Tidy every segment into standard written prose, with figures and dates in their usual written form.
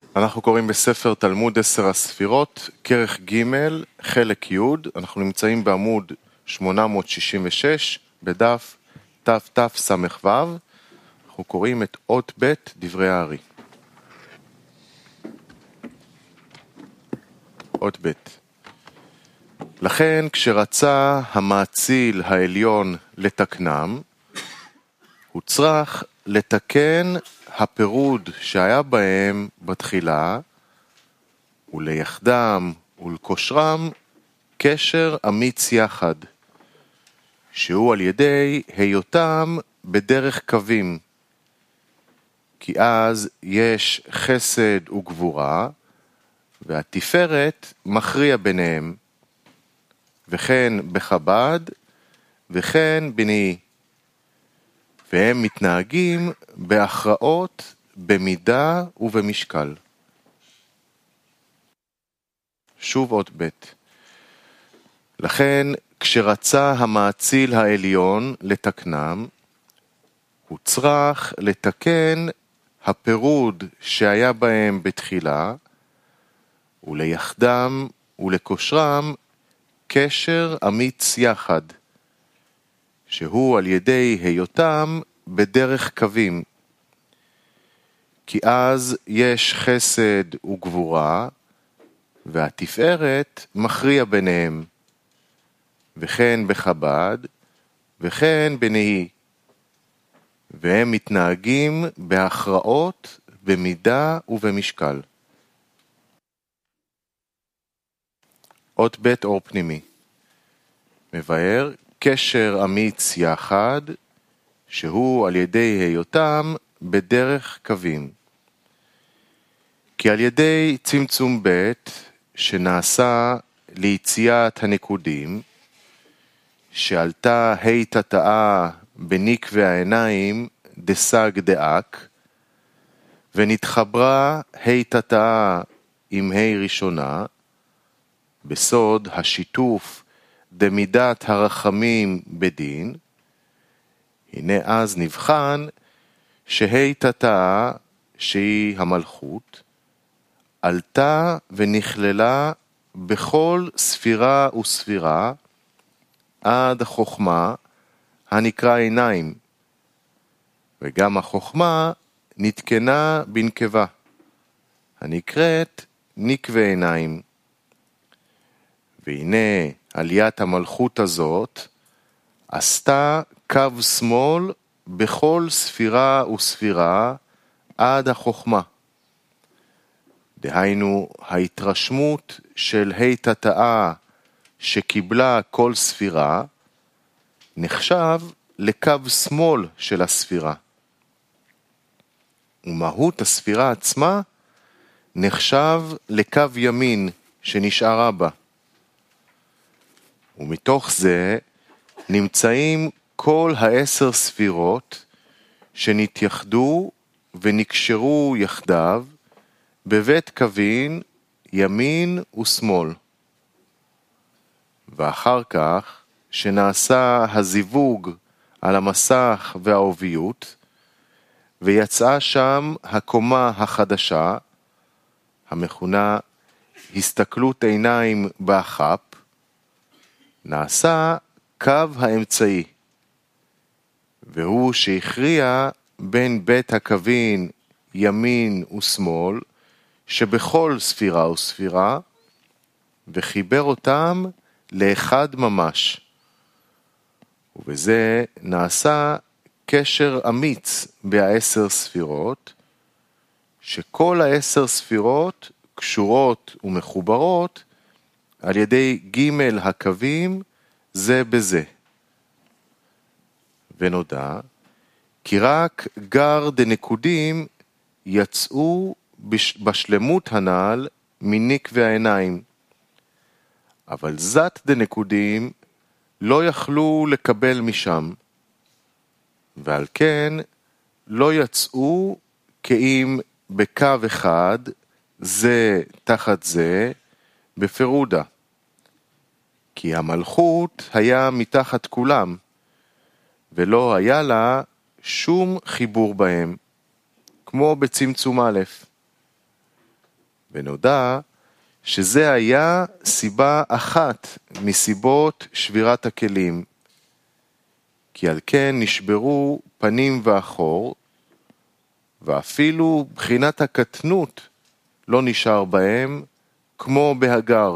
אנחנו קוראים בספר תלמוד 10 הספירות, כרך ג' חלק י', אנחנו נמצאים בעמוד 866 בדף תתס"ו, אנחנו קוראים את אות ב' דברי הארי. אות ב'. לכן כשרצה המאציל העליון לתקנם, הוא צריך לתקן הפירוד שהיה בהם בתחילה, וליחדם ולקושרם קשר אמיץ יחד, שהוא על ידי היותם בדרך קווים, כי אז יש חסד וגבורה, והתפארת מכריע ביניהם, וכן בחב"ד וכן בנהי, והם מתנהגים בהכרעות במידה ובמשקל. שוב אות ב'. לכן כשרצה המאציל העליון לתקנם, הוא צריך לתקן הפירוד שהיה בהם בתחילה, וליחדם ולקושרם קשר אמיץ יחד, שהוא על ידי היותם בדרך קווים, כי אז יש חסד וגבורה, והתפארת מכריע ביניהם, וכן בחב"ד וכן בנהי, והם מתנהגים בהכרעות במידה ובמשקל. אות ב' אור פנימי. מבאר קשר אמיץ יחד, שהוא על ידי היותם בדרך קווים. כי על ידי צמצום ב' שנעשה ליציאת הנקודים, שעלתה ה' תתאה בניק והעיניים דסג דאק, ונתחברה ה' תתאה עם ה' ראשונה, בסוד השיתוף דמידת הרחמים בדין, הנה אז נבחן שה' תתאה שהיא המלכות, עלתה ונכללה בכל ספירה וספירה עד החוכמה הנקרא עיניים, וגם החוכמה נתקנה בנקבה הנקראת נקווה עיניים. והנה עליית המלכות הזאת עשתה קו שמאל בכל ספירה וספירה עד החוכמה. דהיינו ההתרשמות של ה' תתאה שקיבלה כל ספירה נחשב לקו שמאל של הספירה. ומהות הספירה עצמה נחשב לקו ימין שנשארה בה. ומתוך זה נמצאים כל 10 ספירות שנתייחדו ונקשרו יחדיו בבית קווין ימין ושמאל. ואחר כך שנעשה הזיווג על המסך והעוביות, ויצאה שם הקומה החדשה, המכונה הסתכלות עיניים באח"פ, נעשה קו האמצעי, והוא שהכריע בין בית הקווין ימין ושמאל, שבכל ספירה וספירה, וחיבר אותם לאחד ממש. ובזה נעשה קשר אמיץ ב10 ספירות, שכל 10 ספירות קשורות ומחוברות על ידי ג' הקווים זה בזה. ונודע כי רק גר דנקודים יצאו בשלמות הנעל מניק והעיניים, אבל זת דנקודים לא יכלו לקבל משם, ועל כן לא יצאו כאם בקו אחד זה תחת זה בפירודה, כי המלכות היה מתחת כולם, ולא היה לה שום חיבור בהם, כמו בצמצום א'. ונודע שזה היה סיבה אחת מסיבות שבירת הכלים, כי על כן נשברו פנים ואחור, ואפילו בחינת הקטנות לא נשאר בהם כמו בהגר.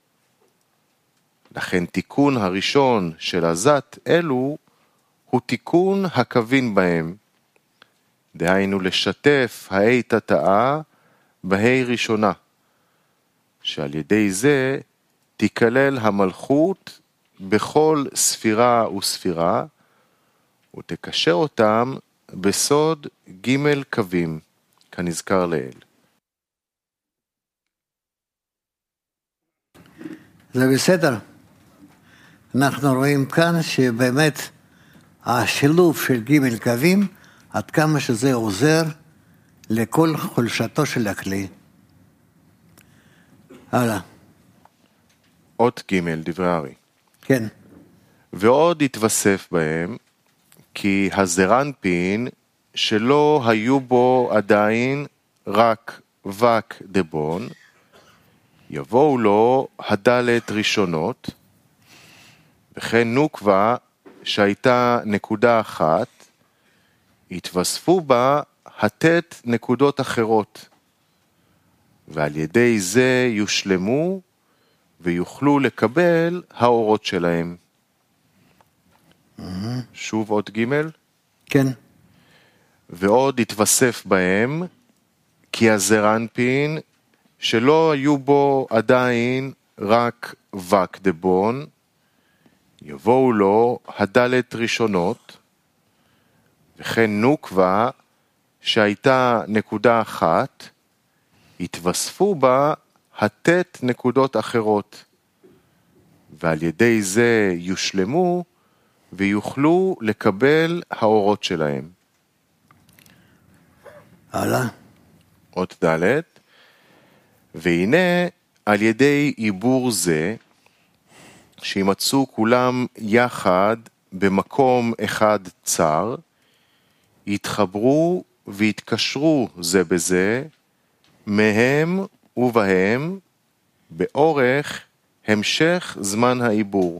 לכן תיקון הראשון של הזת אלו הוא תיקון הקווין בהם, דהיינו לשתף ההי תתאה בהי ראשונה, שעל ידי זה תיכלל המלכות בכל ספירה וספירה, ותקשר אותם בסוד ג' קווים, כנזכר לעיל. זה בסדר. אנחנו רואים כאן שבאמת השילוב של ג' קווים, עד כמה שזה עוזר לכל חולשתו של הכלי. הלאה. אות ג' דברי הארי. כן. ועוד התווסף בהם, כי הזרנפין שלא היו בו עדיין רק וק דבון, יבואו לו הדלת ראשונות, וכן נוקבה שהייתה נקודה אחת, התווספו בה התת נקודות אחרות, ועל ידי זה יושלמו ויוכלו לקבל האורות שלהם. שוב עוד ג'. כן. ועוד התווסף בהם, כי הזרנפין שלא היו בו עדיין רק וק דבון, יבואו לו הדלת ראשונות, וכן נוקבה שהייתה נקודה אחת, התווספו בה התת נקודות אחרות, ועל ידי זה יושלמו ויוכלו לקבל האורות שלהם. הלאה. אות ד'. והנה על ידי עיבור זה, שימצאו כולם יחד במקום אחד צר, יתחברו ויתקשרו זה בזה, מהם ובהם, באורך המשך זמן העיבור.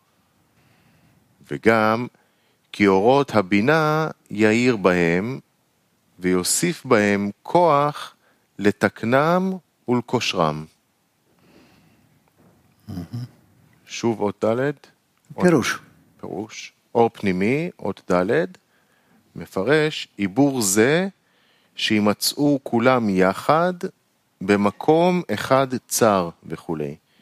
וגם כי אורות הבינה יאיר בהם, ויוסיף בהם כוח לתקנם ולקושרם. שוב אות ד'. פירוש. אור פנימי, אות ד', מפרש עיבור זה שימצאו כולם יחד במקום אחד צר וכו'.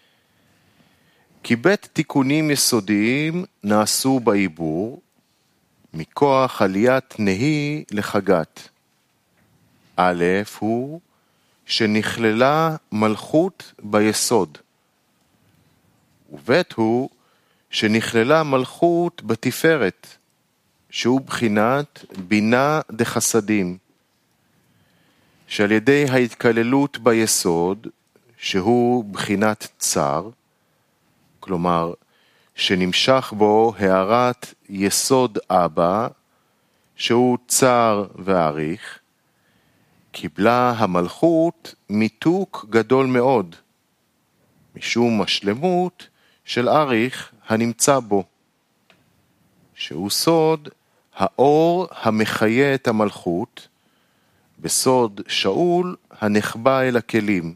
כי בית תיקונים יסודיים נעשו בעיבור, מכוח עליית נהי לחגת. א' הוא שנכללה מלכות ביסוד, וב' הוא שנכללה מלכות בתפארת, שהוא בחינת בינה דחסדים, שעל ידי ההתכללות ביסוד, שהוא בחינת צר, כלומר שנמשך בו הערת יסוד אבא, שהוא צר ועריך, קיבלה המלכות מיתוק גדול מאוד, משום השלמות של עריך הנמצא בו, שהוא סוד האור המחיה את המלכות, בסוד שאול הנחבא אל הכלים,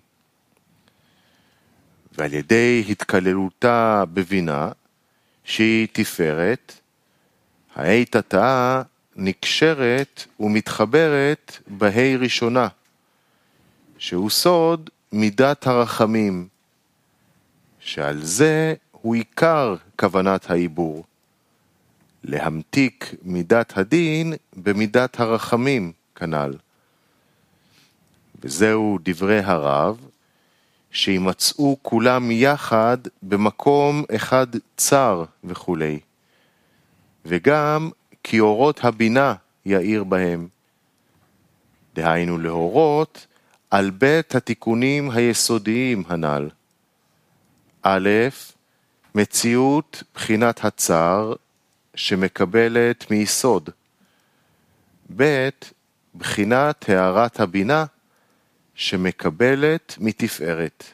ועל ידי התכללותה בבינה, שהיא תפארת, ההי תתאה נקשרת ומתחברת בהי ראשונה, שהוא סוד מידת הרחמים, שעל זה הוא עיקר כוונת העיבור, להמתיק מידת הדין במידת הרחמים כנ"ל. וזהו דברי הרב, שימצאו כולם יחד במקום אחד צר וכו'. וגם כי אורות הבינה יאיר בהם. דהיינו להורות על בית התיקונים היסודיים הנ"ל. א', מציאות בחינת הצר שמקבלת מיסוד. ב', בחינת הערת הבינה שמקבלת מתפארת.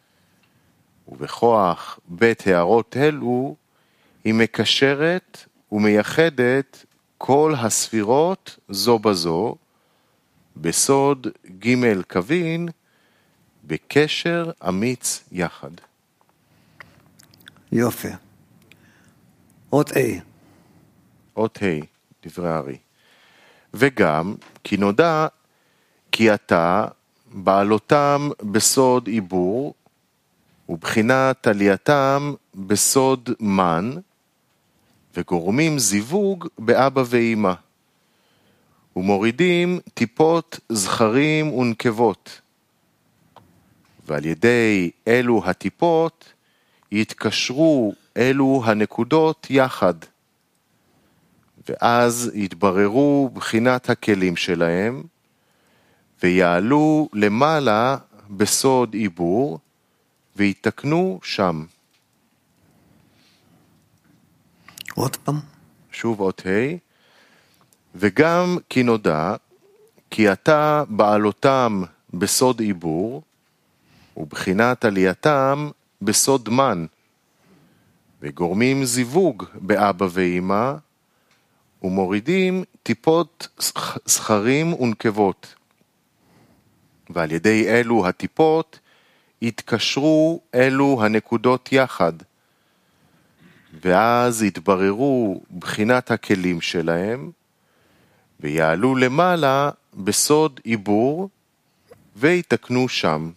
ובכוח בית הערות אלו היא מקשרת ומייחדת כל הספירות זו בזו, בסוד ג' קווין, בקשר אמיץ יחד. יופי. אות A. אות ה', דברי הארי. וגם כי נודע כי אתה בעלותם בסוד עיבור, ובחינת עלייתם בסוד מן, וגורמים זיווג באבא ואמא, ומורידים טיפות זכרים ונקבות, ועל ידי אלו הטיפות יתקשרו אלו הנקודות יחד, ואז יתבררו בחינת הכלים שלהם, ויעלו למעלה בסוד עיבור, ויתקנו שם. עוד פעם. שוב אות ה'. וגם כי נודע, כי אתה בעלותם בסוד עיבור, ובחינת עלייתם בסוד מן, וגורמים זיווג באבא ואמא, ומורידים טיפות זכרים ונקבות. ועל ידי אלו הטיפות יתקשרו אלו הנקודות יחד, ואז יתבררו בחינת הכלים שלהם, ויעלו למעלה בסוד עיבור, ויתקנו שם.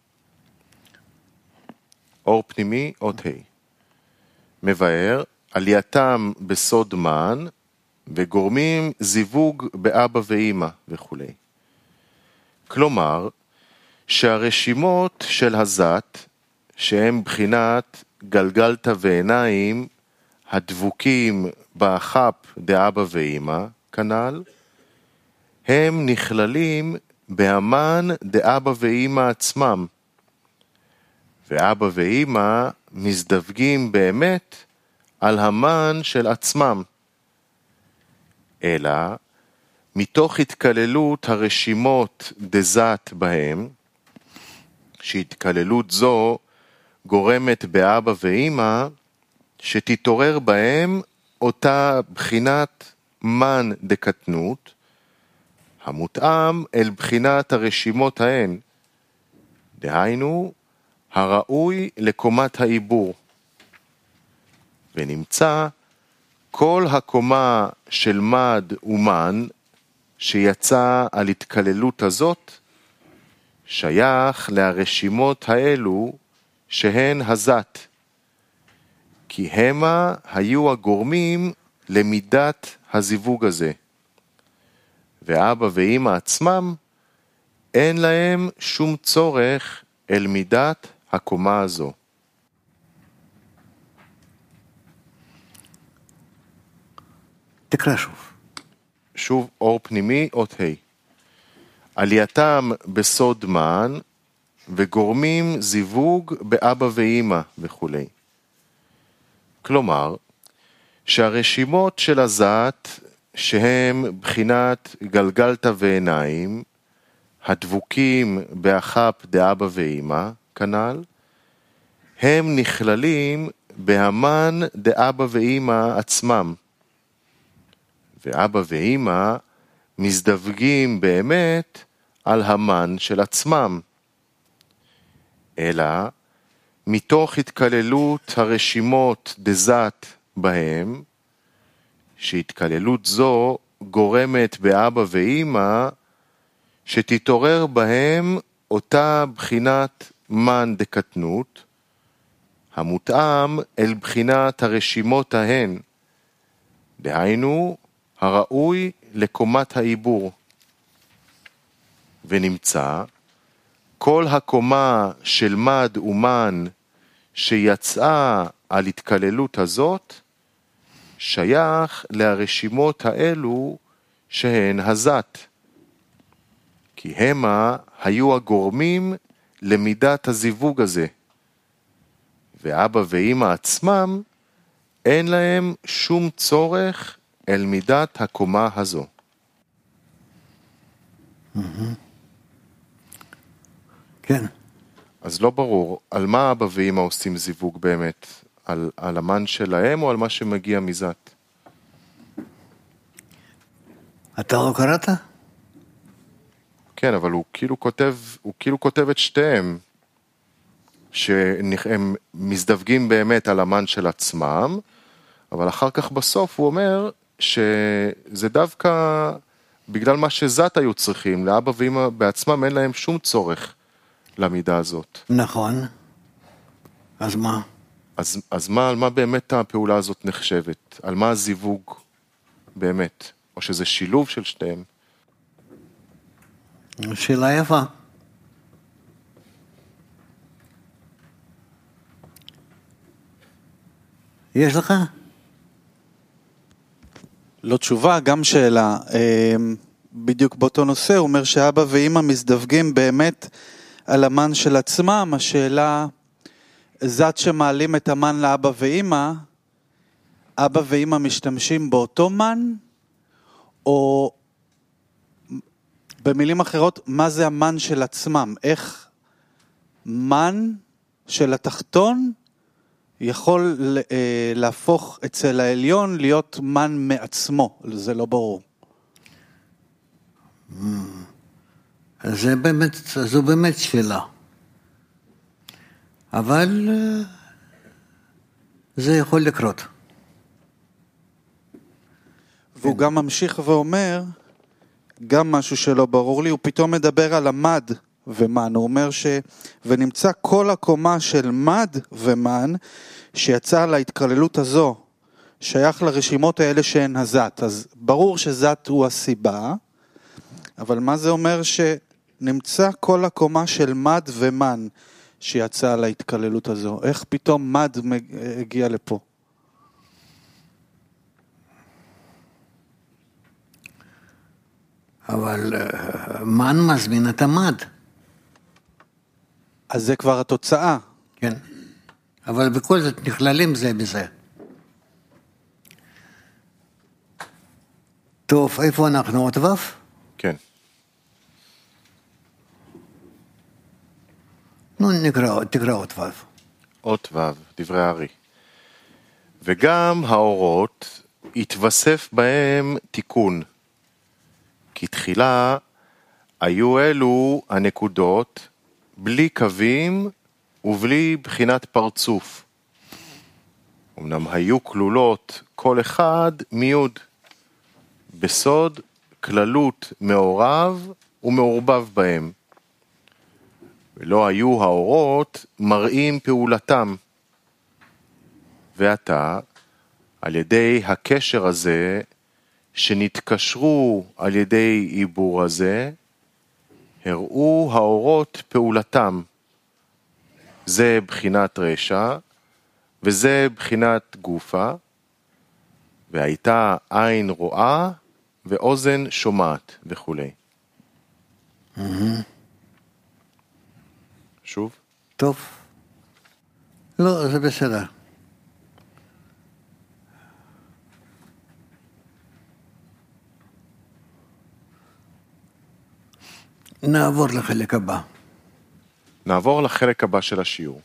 אור פנימי, אות ה'. מבאר עלייתם בסוד מן, וגורמים זיווג באבא ואמא וכו'. כלומר, שהרשימות של הזת, שהם בחינת גלגלת ועיניים, הדבוקים באחפ דאבא ואמא, כנ"ל, הם נכללים בהמן דאבא ואמא עצמם, ואבא ואמא מזדווגים באמת על המן של עצמם, אלא מתוך התקללות הרשימות דזת בהם, שהתקללות זו גורמת באבא ואמא, שתתעורר בהם אותה בחינת מן דקטנות, המותאם אל בחינת הרשימות ההן, דהיינו הראוי לקומת העיבור. ונמצא כל הקומה של מד ומן שיצא על התקללות הזאת, שייך להרשימות האלו שהן הזת, כי המה היו הגורמים למידת הזיווג הזה, ואבא ואמא עצמם אין להם שום צורך אל מידת הקומה הזו. תקרא שוב. שוב אור פנימי, אות ה'. עלייתם בסוד מן, וגורמים זיווג באבא ואמא וכו'. כלומר, שהרשימות של הזת, שהם בחינת גלגלת ועיניים, הדבוקים באחפ דאבא ואמא, כנ"ל, הם נכללים בהמן דאבא ואמא עצמם, ואבא ואמא מזדווגים באמת על המן של עצמם, אלא מתוך התקללות הרשימות דזת בהם, שהתקללות זו גורמת באבא ואמא, שתתעורר בהם אותה בחינת מן דקטנות, המותאם אל בחינת הרשימות ההן, דהיינו הראוי לקומת העיבור. ונמצא כל הקומה של מד ומן שיצאה על התקללות הזאת, שייך להרשימות האלו שהן הזת, כי המה היו הגורמים למידת הזיווג הזה, ואבא ואמא עצמם אין להם שום צורך אל מידת הקומה הזו. כן. אז לא ברור, על מה אבא ואמא עושים זיווג באמת? על המן שלהם או על מה שמגיע מזת? אתה לא קראת? כן, אבל הוא כאילו כותב את שתיהם, שהם מזדווגים באמת על המן של עצמם, אבל אחר כך בסוף הוא אומר שזה דווקא בגלל מה שזת היו צריכים, לאבא ואמא בעצמם אין להם שום צורך למידה הזאת. נכון. אז מה? אז מה, על מה באמת הפעולה הזאת נחשבת? על מה הזיווג באמת? או שזה שילוב של שתיהם? שאלה יפה. יש לך? לא תשובה, גם שאלה. בדיוק באותו נושא, הוא אומר שאבא ואמא מזדווגים באמת על המן של עצמם. השאלה, זאת שמעלים את המן לאבא ואמא, אבא ואמא משתמשים באותו מן, או במילים אחרות, מה זה המן של עצמם? איך מן של התחתון יכול להפוך אצל העליון להיות מן מעצמו? זה לא ברור. זו באמת שאלה. אבל זה יכול לקרות. והוא גם ממשיך ואומר, גם משהו שלא ברור לי, הוא פתאום מדבר על המד ומן, הוא אומר ונמצא כל הקומה של מד ומן, שיצא להתקללות הזו, שייך לרשימות האלה שהן הזת. אז ברור שזת הוא הסיבה, אבל מה זה אומר שנמצא כל הקומה של מד ומן, שיצא להתקללות הזו? איך פתאום מד הגיע לפה? אבל מן מזמין את המד. אז זה כבר התוצאה. כן. אבל בכל זאת נכללים זה בזה. טוב, איפה אנחנו? עוד ו'? כן. נו, תקרא עוד ו'. אות ו', דברי הארי. וגם האורות התווסף בהם תיקון. כי תחילה היו אלו הנקודות בלי קווים ובלי בחינת פרצוף. אמנם היו כלולות כל אחד מיוד. בסוד כללות מעורב ומעורבב בהם. ולא היו האורות מראים פעולתם. ועתה, על ידי הקשר הזה, שנתקשרו על ידי עיבור הזה, הראו האורות פעולתם. זה בחינת רשע, וזה בחינת גופה, והייתה עין רואה ואוזן שומעת וכו'. שוב? טוב. לא, זה בסדר. נעבור לחלק הבא. נעבור לחלק הבא של השיעור.